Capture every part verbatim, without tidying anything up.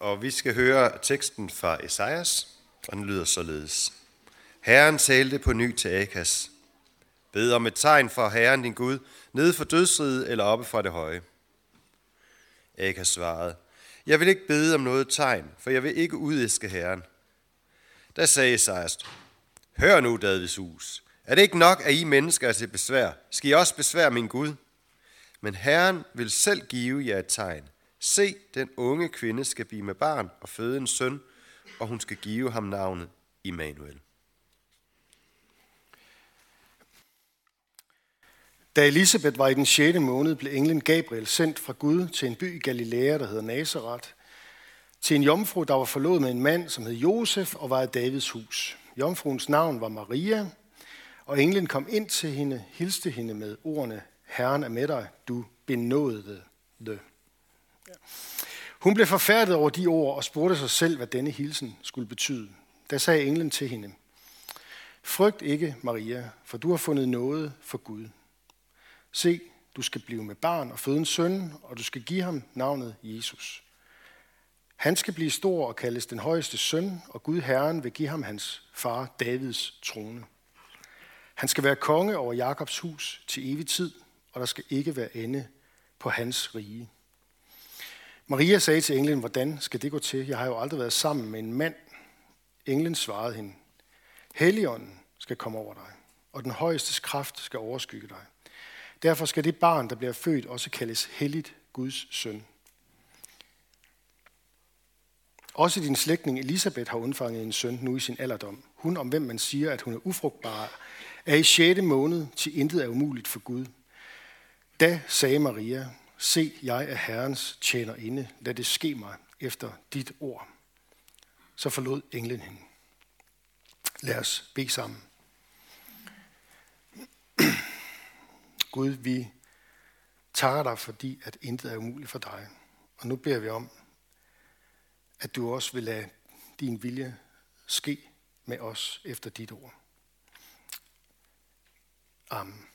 Og vi skal høre teksten fra Esajas, og den lyder således. Herren talte på ny til Akas. Bed om et tegn fra Herren din Gud, nede for dødsriget eller oppe fra det høje. Akas svarede, jeg vil ikke bede om noget tegn, for jeg vil ikke udæske Herren. Da sagde Esajas, hør nu, Davids hus. Er det ikke nok, at I mennesker er til besvær? Skal I også besvære min Gud? Men Herren vil selv give jer et tegn. Se, den unge kvinde skal blive med barn og føde en søn, og hun skal give ham navnet Immanuel. Da Elisabeth var i den sjette måned, blev englen Gabriel sendt fra Gud til en by i Galilea, der hedder Nazaret, til en jomfru, der var forlovet med en mand, som hed Josef og var af Davids hus. Jomfruens navn var Maria, og englen kom ind til hende, hilste hende med ordene, Herren er med dig, du benådede. Hun blev forfærdet over de ord og spurgte sig selv, hvad denne hilsen skulle betyde. Da sagde englen til hende, frygt ikke, Maria, for du har fundet noget for Gud. Se, du skal blive med barn og føde en søn, og du skal give ham navnet Jesus. Han skal blive stor og kaldes den højeste søn, og Gud Herren vil give ham hans far Davids trone. Han skal være konge over Jakobs hus til evig tid, og der skal ikke være ende på hans rige. Maria sagde til englen, hvordan skal det gå til? Jeg har jo aldrig været sammen med en mand. Englen svarede hende, Helligånden skal komme over dig, og den højestes kraft skal overskygge dig. Derfor skal det barn, der bliver født, også kaldes helligt Guds søn. Også din slægtning Elisabeth har undfanget en søn nu i sin alderdom. Hun, om hvem man siger, at hun er ufrugtbar, er i sjette måned, til intet er umuligt for Gud. Da sagde Maria, se, jeg er Herrens tjenerinde. Lad det ske mig efter dit ord. Så forlod englen hende. Lad os bede sammen. Gud, vi takker dig, fordi at intet er umuligt for dig. Og nu beder vi om, at du også vil lade din vilje ske med os efter dit ord. Amen.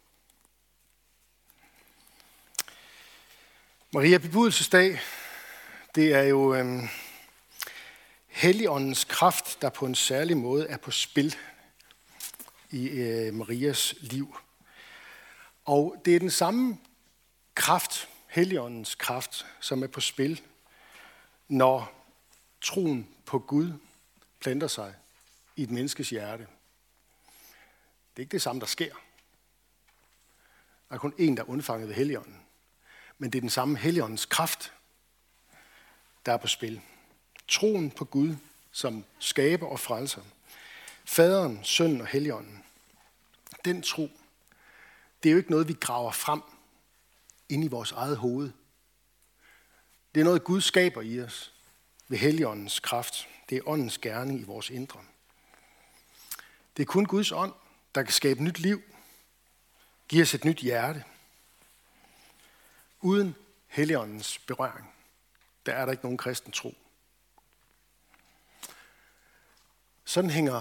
Maria bebudelsesdag, det er jo øhm, Helligåndens kraft, der på en særlig måde er på spil i øh, Marias liv. Og det er den samme kraft, Helligåndens kraft, som er på spil, når troen på Gud planter sig i et menneskes hjerte. Det er ikke det samme, der sker. Der er kun én, der er undfanget ved Helligånden. Men det er den samme Helligåndens kraft, der er på spil. Troen på Gud, som skaber og frelser. Faderen, Sønnen og Helligånden. Den tro, det er jo ikke noget, vi graver frem ind i vores eget hoved. Det er noget, Gud skaber i os ved Helligåndens kraft. Det er åndens gerning i vores indre. Det er kun Guds ånd, der kan skabe nyt liv, give os et nyt hjerte. Uden Helligåndens berøring, der er der ikke nogen kristen tro. Sådan hænger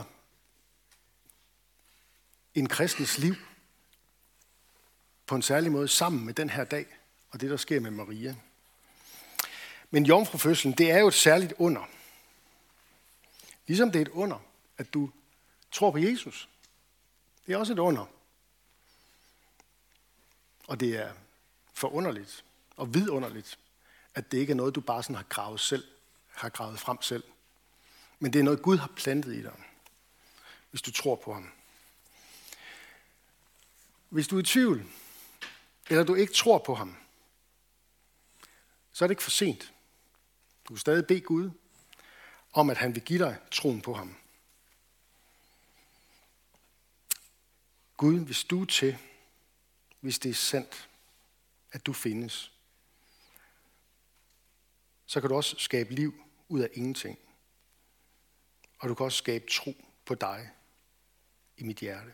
en kristens liv på en særlig måde sammen med den her dag, og det, der sker med Maria. Men jomfrufødslen, det er jo et særligt under. Ligesom det er et under, at du tror på Jesus. Det er også et under. Og det er forunderligt og vidunderligt, at det ikke er noget, du bare sådan har gravet selv, har gravet frem selv. Men det er noget, Gud har plantet i dig, hvis du tror på ham. Hvis du er i tvivl, eller du ikke tror på ham, så er det ikke for sent. Du kan stadig bede Gud om, at han vil give dig troen på ham. Gud, hvis du er til, hvis det er sandt, at du findes, så kan du også skabe liv ud af ingenting. Og du kan også skabe tro på dig i mit hjerte.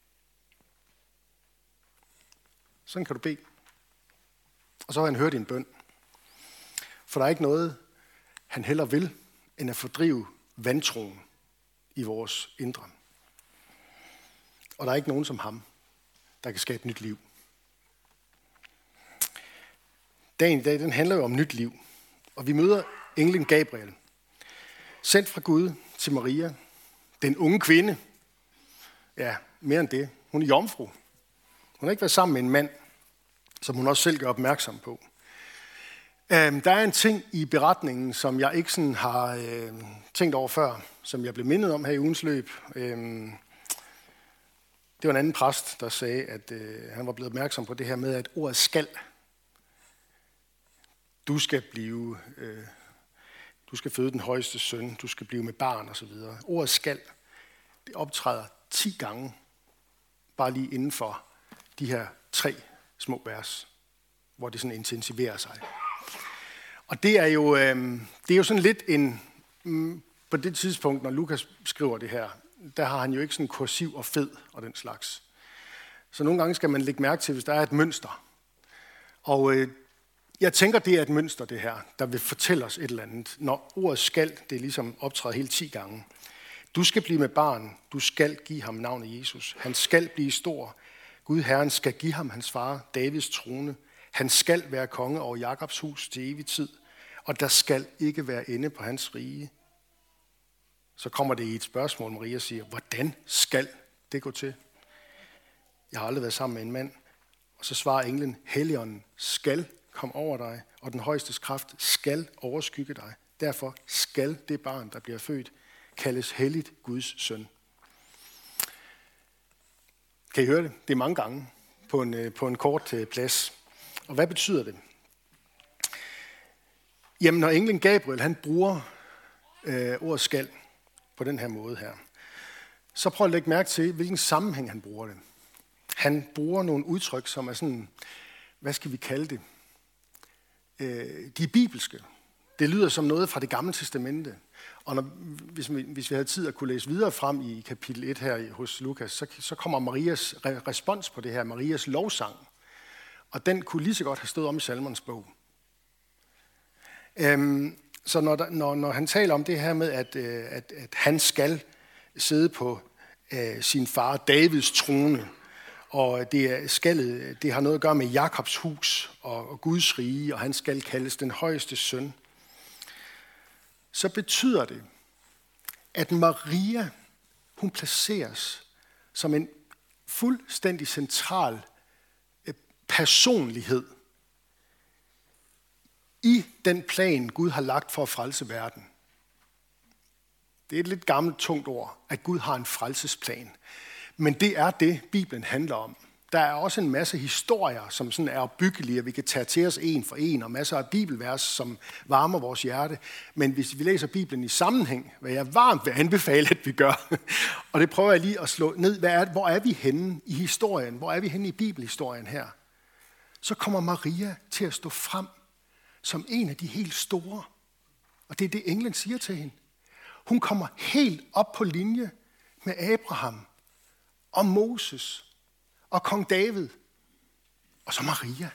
Sådan kan du bede. Og så har han hørt din bøn. For der er ikke noget, han heller vil, end at fordrive vantroen i vores indre. Og der er ikke nogen som ham, der kan skabe nyt liv. Dagen i dag, den handler jo om nyt liv. Og vi møder englen Gabriel, sendt fra Gud til Maria, den unge kvinde. Ja, mere end det. Hun er jomfru. Hun har ikke været sammen med en mand, som hun også selv gør opmærksom på. Um, der er en ting i beretningen, som jeg ikke sådan har uh, tænkt over før, som jeg blev mindet om her i ugens løb. Um, det var en anden præst, der sagde, at uh, han var blevet opmærksom på det her med, at ordet skal. Du skal blive, uh, du skal føde den højeste søn, du skal blive med barn osv. Ordet skal, det optræder ti gange, bare lige inden for de her tre små vers, hvor det sådan intensiverer sig. Og det er jo, øh, det er jo sådan lidt en, mm, på det tidspunkt, når Lukas skriver det her, der har han jo ikke sådan kursiv og fed og den slags. Så nogle gange skal man lægge mærke til, hvis der er et mønster. Og øh, jeg tænker, det er et mønster, det her, der vil fortælle os et eller andet. Når ordet skal, det er ligesom optræder hele ti gange. Du skal blive med barn, du skal give ham navnet Jesus. Han skal blive stor. Gud Herren skal give ham hans far, Davids trone. Han skal være konge over Jakobs hus til evig tid, og der skal ikke være ende på hans rige. Så kommer det i et spørgsmål, Maria siger, hvordan skal det gå til? Jeg har aldrig været sammen med en mand. Og så svarer englen, Helligånden skal komme over dig, og den højeste kraft skal overskygge dig. Derfor skal det barn, der bliver født, kaldes helligt Guds søn. Kan I høre det? Det er mange gange på en, på en kort plads. Og hvad betyder det? Jamen, når englen Gabriel, han bruger øh, ordet skal på den her måde her, så prøv at lægge mærke til, hvilken sammenhæng han bruger det. Han bruger nogle udtryk, som er sådan, hvad skal vi kalde det? Øh, de er bibelske. Det lyder som noget fra det gamle testamente. Og når, hvis, vi, hvis vi havde tid at kunne læse videre frem i kapitel et her hos Lukas, så, så kommer Marias respons på det her, Marias lovsang. Og den kunne lige så godt have stået om i Salmernes bog. Øhm, så når, der, når, når han taler om det her med, at, øh, at, at han skal sidde på øh, sin far Davids trone, og det, er skaldet, det har noget at gøre med Jakobs hus og, og Guds rige, og han skal kaldes den højeste søn, så betyder det, at Maria, hun placeres som en fuldstændig central personlighed i den plan, Gud har lagt for at frelse verden. Det er et lidt gammelt, tungt ord, at Gud har en frelsesplan. Men det er det, Bibelen handler om. Der er også en masse historier, som sådan er opbyggelige, og vi kan tage til os en for en, og masser af bibelvers, som varmer vores hjerte. Men hvis vi læser Bibelen i sammenhæng, hvad jeg varmt vil anbefale, at vi gør, og det prøver jeg lige at slå ned, hvad er, hvor er vi henne i historien? Hvor er vi henne i bibelhistorien her? Så kommer Maria til at stå frem som en af de helt store. Og det er det, englen siger til hende. Hun kommer helt op på linje med Abraham og Moses og kong David og så Maria.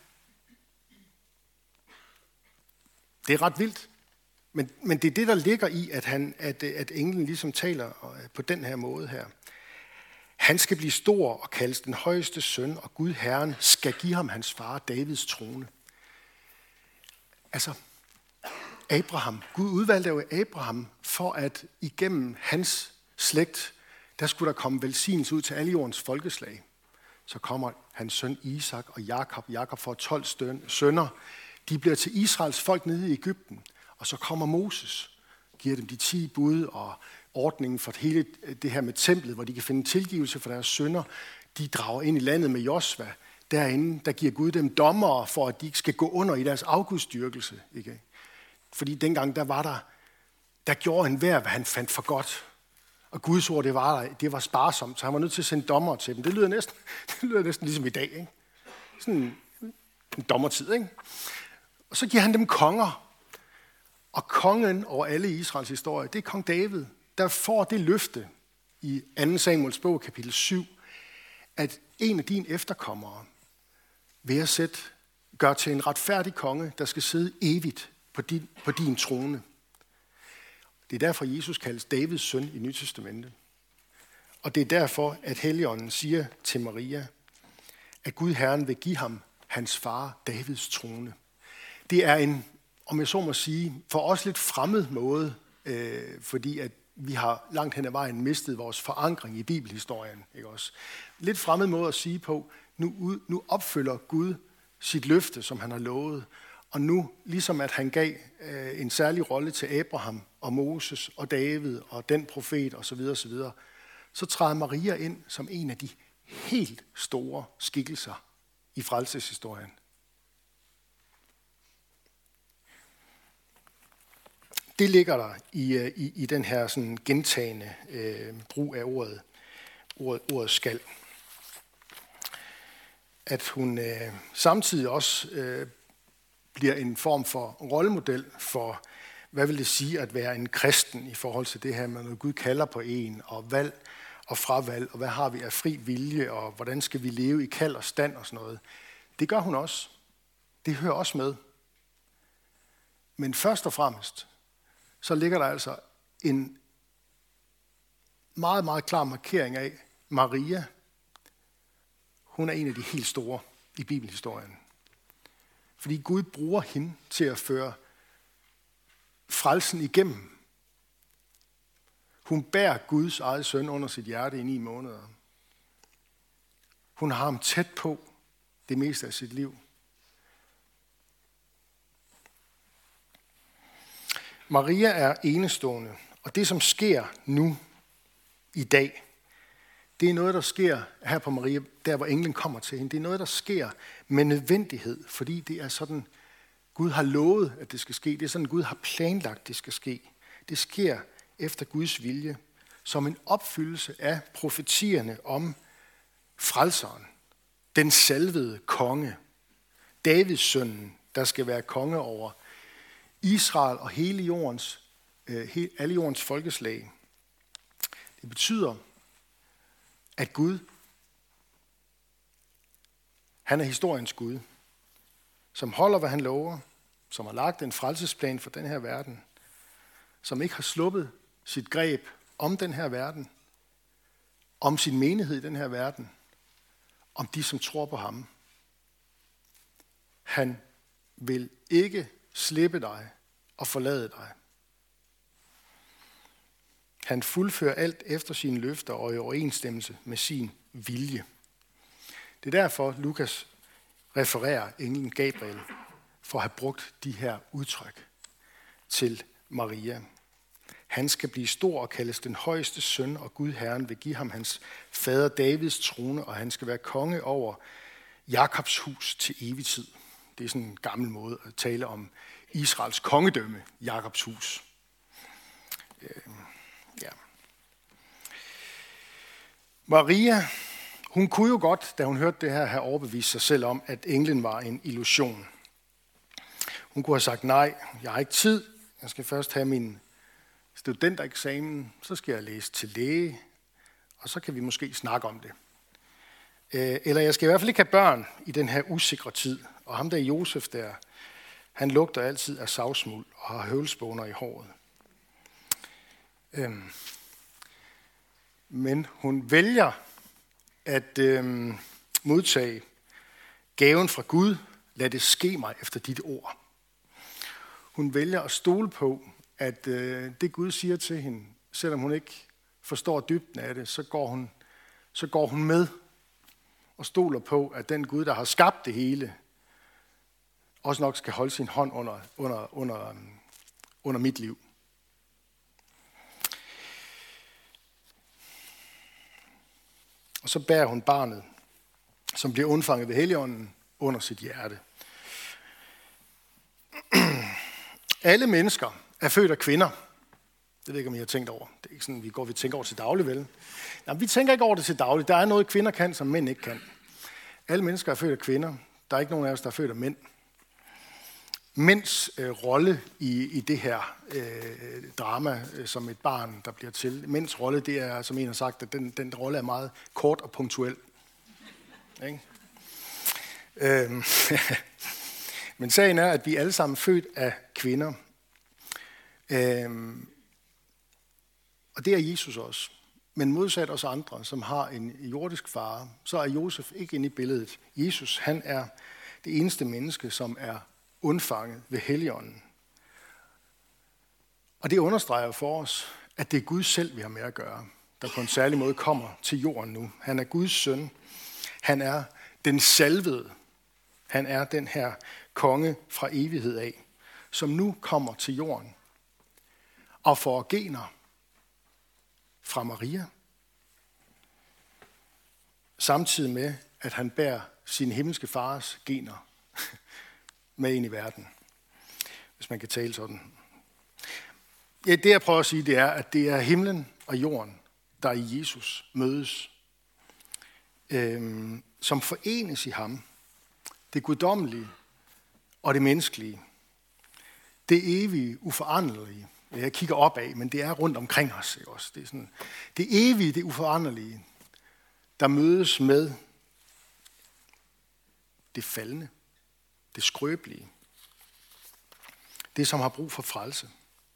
Det er ret vildt. Men, men det er det, der ligger i, at, han, at, at englen ligesom taler på den her måde her. Han skal blive stor og kaldes den højeste søn, og Gud Herren skal give ham hans far Davids trone. Altså, Abraham, Gud udvalgte jo Abraham for, at igennem hans slægt, der skulle der komme velsignelse ud til alle jordens folkeslag. Så kommer hans søn Isak og Jakob. Jakob får tolv sønner. De bliver til Israels folk nede i Egypten. Og så kommer Moses, giver dem de ti bud og ordningen for hele det her med templet, hvor de kan finde tilgivelse for deres synder. De drager ind i landet med Josva. Derinde, der giver Gud dem dommere, for at de ikke skal gå under i deres afgudsdyrkelse. Ikke? Fordi dengang, der var der, der gjorde han hver, hvad han fandt for godt. Og Guds ord, det var, det var sparsomt, så han var nødt til at sende dommer til dem. Det lyder næsten, det lyder næsten ligesom i dag. Ikke? Sådan en dommertid. Ikke? Og så giver han dem konger. Og kongen over alle Israels historie, det er kong David, der får det løfte i anden Samuels bog, kapitel syv, at en af dine efterkommere vil jeg sætte, gør til en retfærdig konge, der skal sidde evigt på din, på din trone. Det er derfor, Jesus kaldes Davids søn i Nye Testamente. Og det er derfor, at Helligånden siger til Maria, at Gud Herren vil give ham hans far Davids trone. Det er en om jeg så må sige, for os lidt fremmed måde, øh, fordi at vi har langt hen ad vejen mistet vores forankring i bibelhistorien. Ikke også? Lidt fremmed måde at sige på, nu, nu opfylder Gud sit løfte, som han har lovet, og nu, ligesom at han gav øh, en særlig rolle til Abraham og Moses og David og den profet osv., osv., så træder Maria ind som en af de helt store skikkelser i frelseshistorien. Det ligger der i, i, i den her sådan gentagende øh, brug af ordet, ordet, ordet skal. At hun øh, samtidig også øh, bliver en form for rollemodel for, hvad vil det sige at være en kristen i forhold til det her med, når Gud kalder på en, og valg og fravalg, og hvad har vi af fri vilje, og hvordan skal vi leve i kald og stand og sådan noget. Det gør hun også. Det hører også med. Men først og fremmest, så ligger der altså en meget, meget klar markering af, Maria, hun er en af de helt store i bibelhistorien. Fordi Gud bruger hende til at føre frelsen igennem. Hun bærer Guds eget søn under sit hjerte i ni måneder. Hun har ham tæt på det meste af sit liv. Maria er enestående, og det som sker nu i dag, det er noget, der sker her på Maria, der hvor englen kommer til hende. Det er noget, der sker med nødvendighed, fordi det er sådan, Gud har lovet, at det skal ske. Det er sådan, Gud har planlagt, det skal ske. Det sker efter Guds vilje, som en opfyldelse af profetierne om frelseren, den salvede konge, Davids sønnen, der skal være konge over Israel og hele jordens, øh, alle jordens folkeslag. Det betyder, at Gud, han er historiens Gud, som holder, hvad han lover, som har lagt en frelsesplan for den her verden, som ikke har sluppet sit greb om den her verden, om sin menighed i den her verden, om de, som tror på ham. Han vil ikke slippe dig og forlade dig. Han fuldfører alt efter sine løfter og i overensstemmelse med sin vilje. Det er derfor, Lukas refererer englen Gabriel for at have brugt de her udtryk til Maria. Han skal blive stor og kaldes den højeste søn, og Gud Herren vil give ham hans fader Davids trone, og han skal være konge over Jakobs hus til evig tid. Det er sådan en gammel måde at tale om Israels kongedømme, Jakobs hus. Øh, ja. Maria, hun kunne jo godt, da hun hørte det her, have overbevist sig selv om, at englen var en illusion. Hun kunne have sagt, nej, jeg har ikke tid, jeg skal først have min studentereksamen, så skal jeg læse til læge, og så kan vi måske snakke om det. Eller jeg skal i hvert fald ikke have børn i den her usikre tid. Og ham der Josef der, han lugter altid af savsmuld og har høvlspåner i håret. Øhm. Men hun vælger at øhm, modtage gaven fra Gud. Lad det ske mig efter dit ord. Hun vælger at stole på, at øh, det Gud siger til hende, selvom hun ikke forstår dybden af det, så går hun, så går hun med og stoler på, at den Gud, der har skabt det hele, også nok skal holde sin hånd under, under, under, under mit liv. Og så bærer hun barnet, som bliver undfanget ved Helligånden, under sit hjerte. Alle mennesker er født af kvinder. Det ved jeg ikke, om I har tænkt over. Det er ikke sådan, vi går vi tænker over til daglig, vel? Nej, vi tænker ikke over det til daglig. Der er noget, kvinder kan, som mænd ikke kan. Alle mennesker er født af kvinder. Der er ikke nogen af os, der er født af mænd. Mænds øh, rolle i, i det her øh, drama, øh, som et barn, der bliver til. Mænds rolle, det er, som en har sagt, at den, den rolle er meget kort og punktuel. Ikke? Øhm. Men sagen er, at vi alle sammen er født af kvinder. Øhm. Og det er Jesus også. Men modsat os andre, som har en jordisk far, så er Josef ikke inde i billedet. Jesus, han er det eneste menneske, som er undfanget ved Helligånden. Og det understreger for os, at det er Gud selv, vi har med at gøre, der på en særlig måde kommer til jorden nu. Han er Guds søn. Han er den salvede. Han er den her konge fra evighed af, som nu kommer til jorden og får gener fra Maria, samtidig med, at han bærer sin himmelske fars gener med ind i verden, hvis man kan tale sådan. Ja, det jeg prøver at sige, det er, at det er himlen og jorden, der i Jesus mødes, øhm, som forenes i ham. Det guddommelige og det menneskelige. Det evige, uforanderlige. Jeg kigger opad, men det er rundt omkring os. Ikke også? Det er sådan, det evige, det uforanderlige, der mødes med det faldende, det skrøbelige. Det, som har brug for frelse.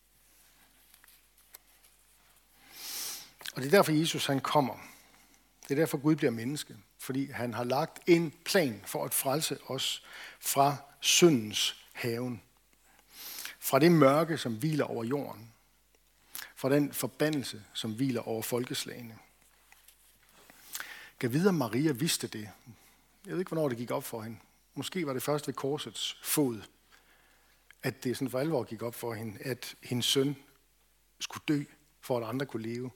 Og det er derfor, Jesus han kommer. Det er derfor, Gud bliver menneske. Fordi han har lagt en plan for at frelse os fra syndens haven. Fra det mørke, som hviler over jorden. Fra den forbandelse, som hviler over folkeslagene. Kan vide, at Maria vidste det. Jeg ved ikke, hvornår det gik op for hende. Måske var det først ved korsets fod, at det sådan for alvor gik op for hende, at hendes søn skulle dø, for at andre kunne leve.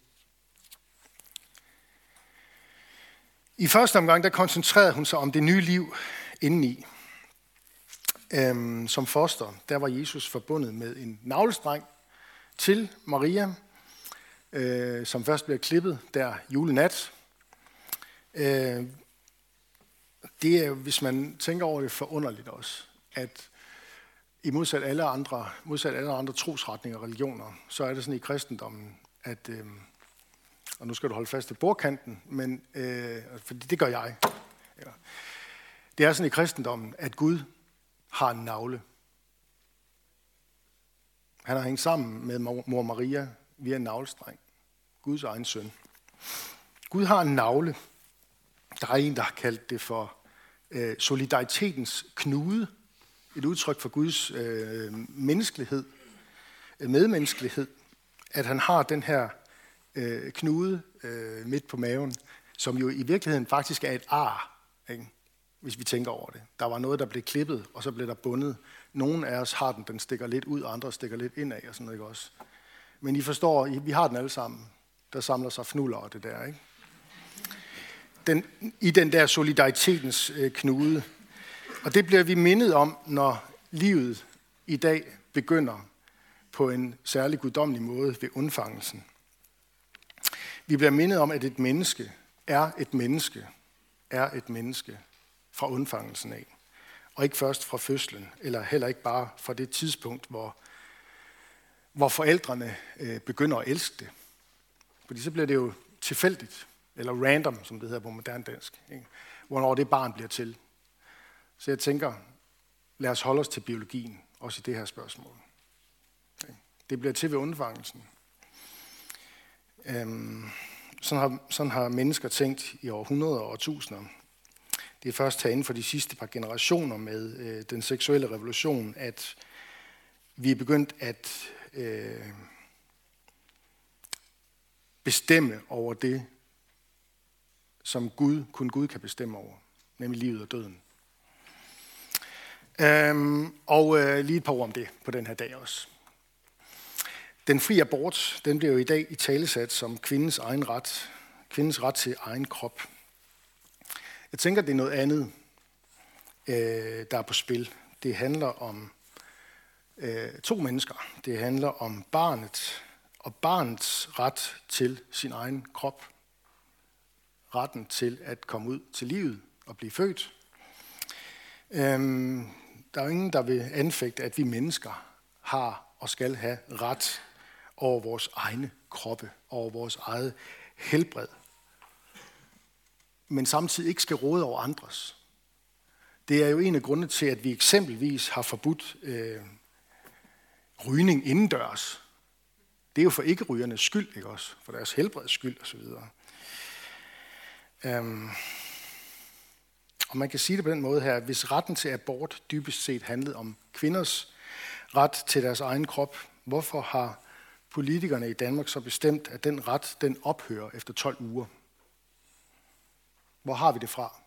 I første omgang, der koncentrerede hun sig om det nye liv indeni. Øhm, som foster, der var Jesus forbundet med en navlestreng til Maria, øh, som først blev klippet der julenat. Øh, det er, hvis man tænker over det, forunderligt også, at i modsat alle andre, modsat alle andre trosretninger og religioner, så er det sådan i kristendommen, at, øh, og nu skal du holde fast i bordkanten, men øh, fordi det gør jeg. Ja. Det er sådan i kristendommen, at Gud har en navle. Han har hængt sammen med mor Maria via en navlestreng. Guds egen søn. Gud har en navle. Der er en, der har kaldt det for øh, solidaritetens knude. Et udtryk for Guds øh, menneskelighed, øh, medmenneskelighed. At han har den her øh, knude øh, midt på maven, som jo i virkeligheden faktisk er et ar, ikke? Hvis vi tænker over det. Der var noget, der blev klippet, og så blev der bundet. Nogle af os har den, den stikker lidt ud, og andre stikker lidt indad og sådan noget, ikke også? Men I forstår, vi har den alle sammen. Der samler sig fnuller og det der, ikke? Den, I den der solidaritetens øh, knude. Og det bliver vi mindet om, når livet i dag begynder på en særlig guddommelig måde ved undfangelsen. Vi bliver mindet om, at et menneske er et menneske, er et menneske fra undfangelsen af. Og ikke først fra fødslen, eller heller ikke bare fra det tidspunkt, hvor, hvor forældrene øh, begynder at elske det. Fordi så bliver det jo tilfældigt, eller random, som det hedder på moderne dansk, ikke? Hvornår det barn bliver til. Så jeg tænker, lad os holde os til biologien, også i det her spørgsmål. Det bliver til ved undfangelsen. Øhm, sådan, har, sådan har mennesker tænkt i århundreder og årtusinder. Det er først her inden for de sidste par generationer med øh, den seksuelle revolution, at vi er begyndt at øh, bestemme over det, som Gud, kun Gud kan bestemme over, nemlig livet og døden. Øhm, og øh, lige et par ord om det på den her dag også. Den frie abort, den bliver jo i dag italesat som kvindens egen ret, kvindens ret til egen krop. Jeg tænker, det er noget andet, øh, der er på spil. Det handler om øh, to mennesker. Det handler om barnet og barnets ret til sin egen krop. Retten til at komme ud til livet og blive født. Øhm, der er jo ingen, der vil anfægte, at vi mennesker har og skal have ret over vores egne kroppe, over vores eget helbred. Men samtidig ikke skal råde over andres. Det er jo en af grundene til, at vi eksempelvis har forbudt øh, rygning indendørs. Det er jo for ikke-rygernes skyld, ikke også? For deres helbreds skyld osv. Øhm, og man kan sige det på den måde her, at hvis retten til abort dybest set handlede om kvinders ret til deres egen krop, hvorfor har politikerne i Danmark så bestemt, at den ret, den ophører efter tolv uger. Hvor har vi det fra?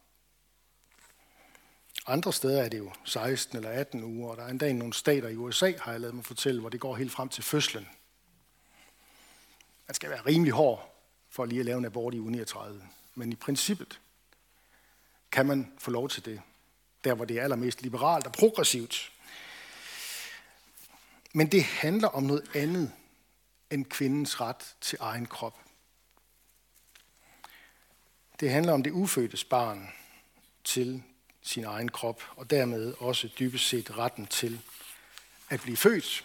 Andre steder er det jo seksten eller atten uger, og der er endda i nogle stater i U S A, har jeg ladet mig fortælle, hvor det går helt frem til fødslen. Man skal være rimelig hård for lige at lave en abort i uge niogtredive. Men i princippet kan man få lov til det, der hvor det er allermest liberalt og progressivt. Men det handler om noget andet end kvindens ret til egen krop. Det handler om det ufødtes barn til sin egen krop, og dermed også dybest set retten til at blive født.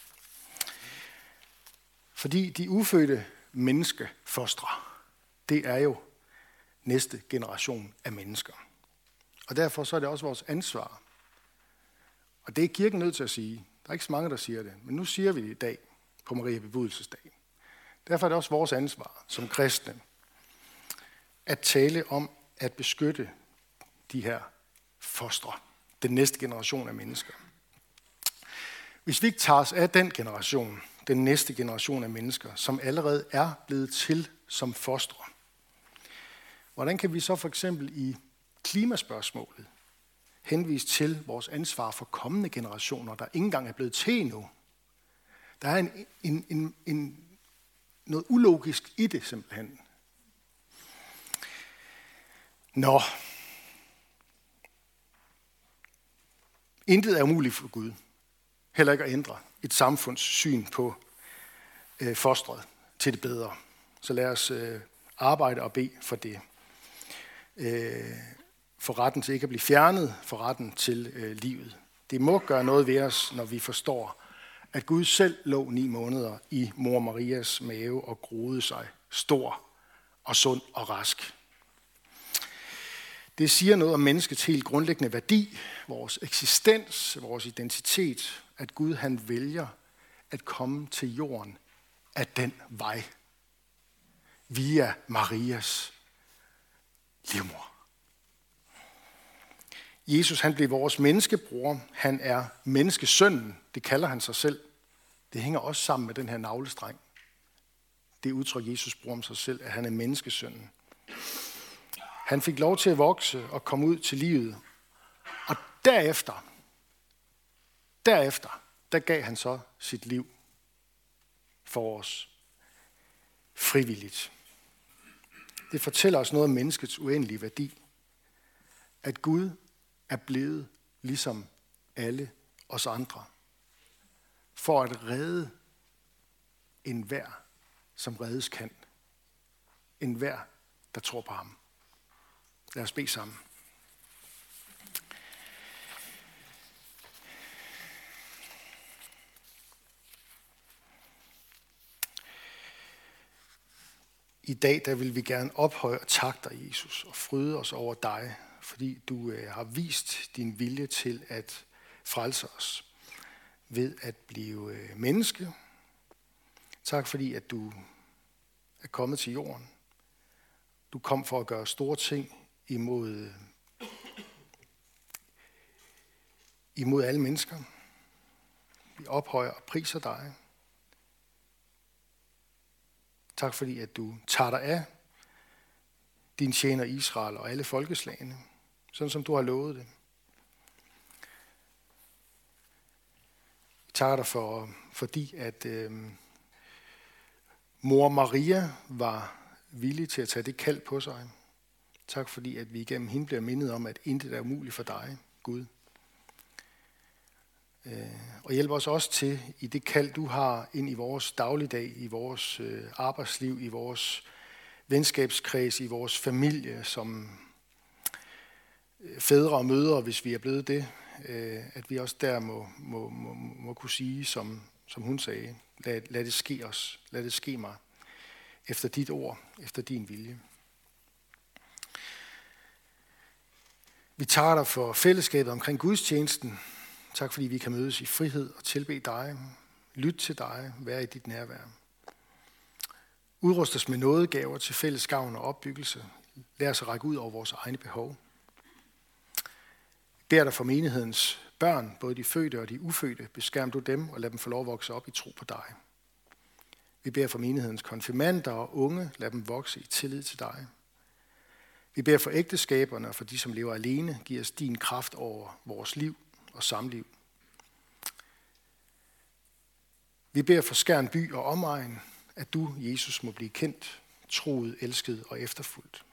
Fordi de ufødte menneskefostre, det er jo næste generation af mennesker. Og derfor så er det også vores ansvar. Og det er kirken nødt til at sige. Der er ikke så mange, der siger det, men nu siger vi det i dag på Maria Bebudelsesdag. Derfor er det også vores ansvar som kristne at tale om at beskytte de her fostre, den næste generation af mennesker. Hvis vi ikke tager os af den generation, den næste generation af mennesker, som allerede er blevet til som fostre, hvordan kan vi så for eksempel i klimaspørgsmålet henvise til vores ansvar for kommende generationer, der ikke engang er blevet til endnu? Der er en, en, en, en, noget ulogisk i det simpelthen. Nå. Intet er umuligt for Gud. Heller ikke at ændre et samfunds syn på øh, fostret til det bedre. Så lad os øh, arbejde og bede for det. Øh, for retten til ikke at blive fjernet, for retten til øh, livet. Det må gøre noget ved os, når vi forstår, at Gud selv lå ni måneder i mor Marias mave og groede sig stor og sund og rask. Det siger noget om menneskets helt grundlæggende værdi, vores eksistens, vores identitet, at Gud han vælger at komme til jorden af den vej, via Marias livmor. Jesus han blev vores menneskebror, han er menneskesønnen, det kalder han sig selv. Det hænger også sammen med den her navlestreng. Det udtryk Jesus bruger om sig selv, at han er menneskesønnen. Han fik lov til at vokse og komme ud til livet. Og derefter, derefter, der gav han så sit liv for os frivilligt. Det fortæller os noget om menneskets uendelige værdi. At Gud er blevet ligesom alle os andre. For at redde enhver, som reddes kan. Enhver, der tror på ham. Lad os bede sammen. I dag der vil vi gerne ophøje og takke dig, Jesus, og fryde os over dig, fordi du øh, har vist din vilje til at frelse os ved at blive øh, menneske. Tak fordi, at du er kommet til jorden. Du kom for at gøre store ting imod, imod alle mennesker. Vi ophøjer og priser dig. Tak fordi, at du tager dig af din tjener Israel og alle folkeslagene, sådan som du har lovet det. Vi takker dig for, fordi, at øh, mor Maria var villig til at tage det kald på sig. Tak fordi, at vi igennem hende bliver mindet om, at intet er umuligt for dig, Gud. Og hjælp os også til i det kald, du har ind i vores dagligdag, i vores arbejdsliv, i vores venskabskreds, i vores familie, som fædre og mødre, hvis vi er blevet det, at vi også der må, må, må, må kunne sige, som, som hun sagde, lad, lad det ske os, lad det ske mig, efter dit ord, efter din vilje. Vi takker dig for fællesskabet omkring gudstjenesten. Tak fordi vi kan mødes i frihed og tilbede dig, lytte til dig, være i dit nærvær. Udrust os med nådegaver til fælles gavn og opbyggelse. Lad os række ud over vores egne behov. Bær dig for menighedens børn, både de fødte og de ufødte. Beskærm du dem og lad dem få lov at vokse op i tro på dig. Vi beder for menighedens konfirmander og unge. Lad dem vokse i tillid til dig. Vi beder for ægteskaberne og for de, som lever alene. Giv os din kraft over vores liv og samliv. Vi beder for Skjern by og omegn, at du, Jesus, må blive kendt, troet, elsket og efterfulgt.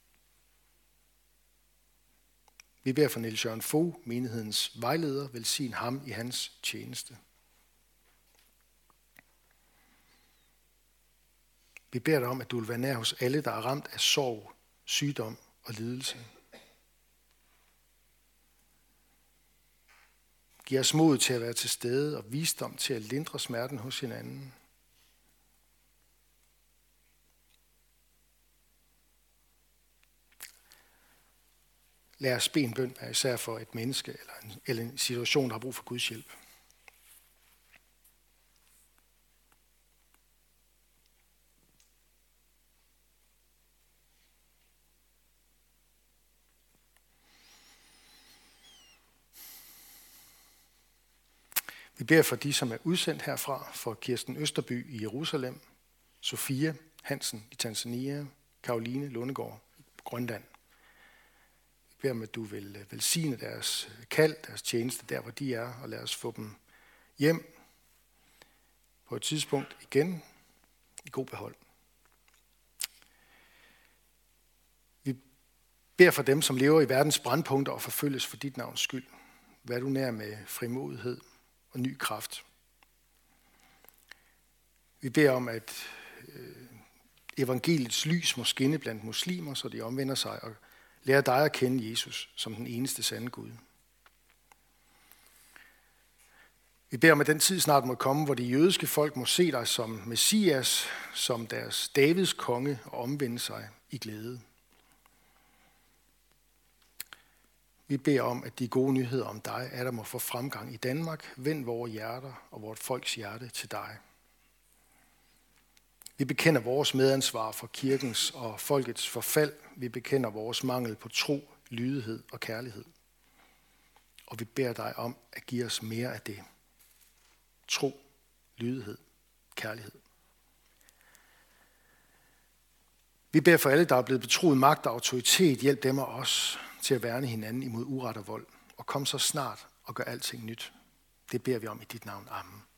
Vi beder for Niels Jørgen Fogh, menighedens vejleder, velsign ham i hans tjeneste. Vi beder dig om, at du vil være nær hos alle, der er ramt af sorg, sygdom og lidelse. Giv os mod til at være til stede og visdom til at lindre smerten hos hinanden. Lad os bede en bøn, især for et menneske eller en, eller en situation, der har brug for Guds hjælp. Vi beder for de, som er udsendt herfra, for Kirsten Østerby i Jerusalem, Sofia Hansen i Tanzania, Karoline Lundegård i Grønland. Vi beder om, at du vil velsigne deres kald, deres tjeneste der, hvor de er, og lad os få dem hjem på et tidspunkt igen i god behold. Vi beder for dem, som lever i verdens brandpunkter og forfølges for dit navns skyld. Vær du nær med frimodighed og ny kraft. Vi beder om, at øh, evangeliets lys må skinne blandt muslimer, så de omvender sig og lærer dig at kende Jesus som den eneste sande Gud. Vi beder om, at den tid snart må komme, hvor de jødiske folk må se dig som Messias, som deres Davids konge og omvende sig i glæde. Vi beder om, at de gode nyheder om dig er der må få fremgang i Danmark. Vend vores hjerter og vort folks hjerte til dig. Vi bekender vores medansvar for kirkens og folkets forfald. Vi bekender vores mangel på tro, lydighed og kærlighed. Og vi beder dig om at give os mere af det. Tro, lydighed, kærlighed. Vi beder for alle, der er blevet betroet magt og autoritet. Hjælp dem og os til at værne hinanden imod uret og vold. Og kom så snart og gør alting nyt. Det beder vi om i dit navn. Amen.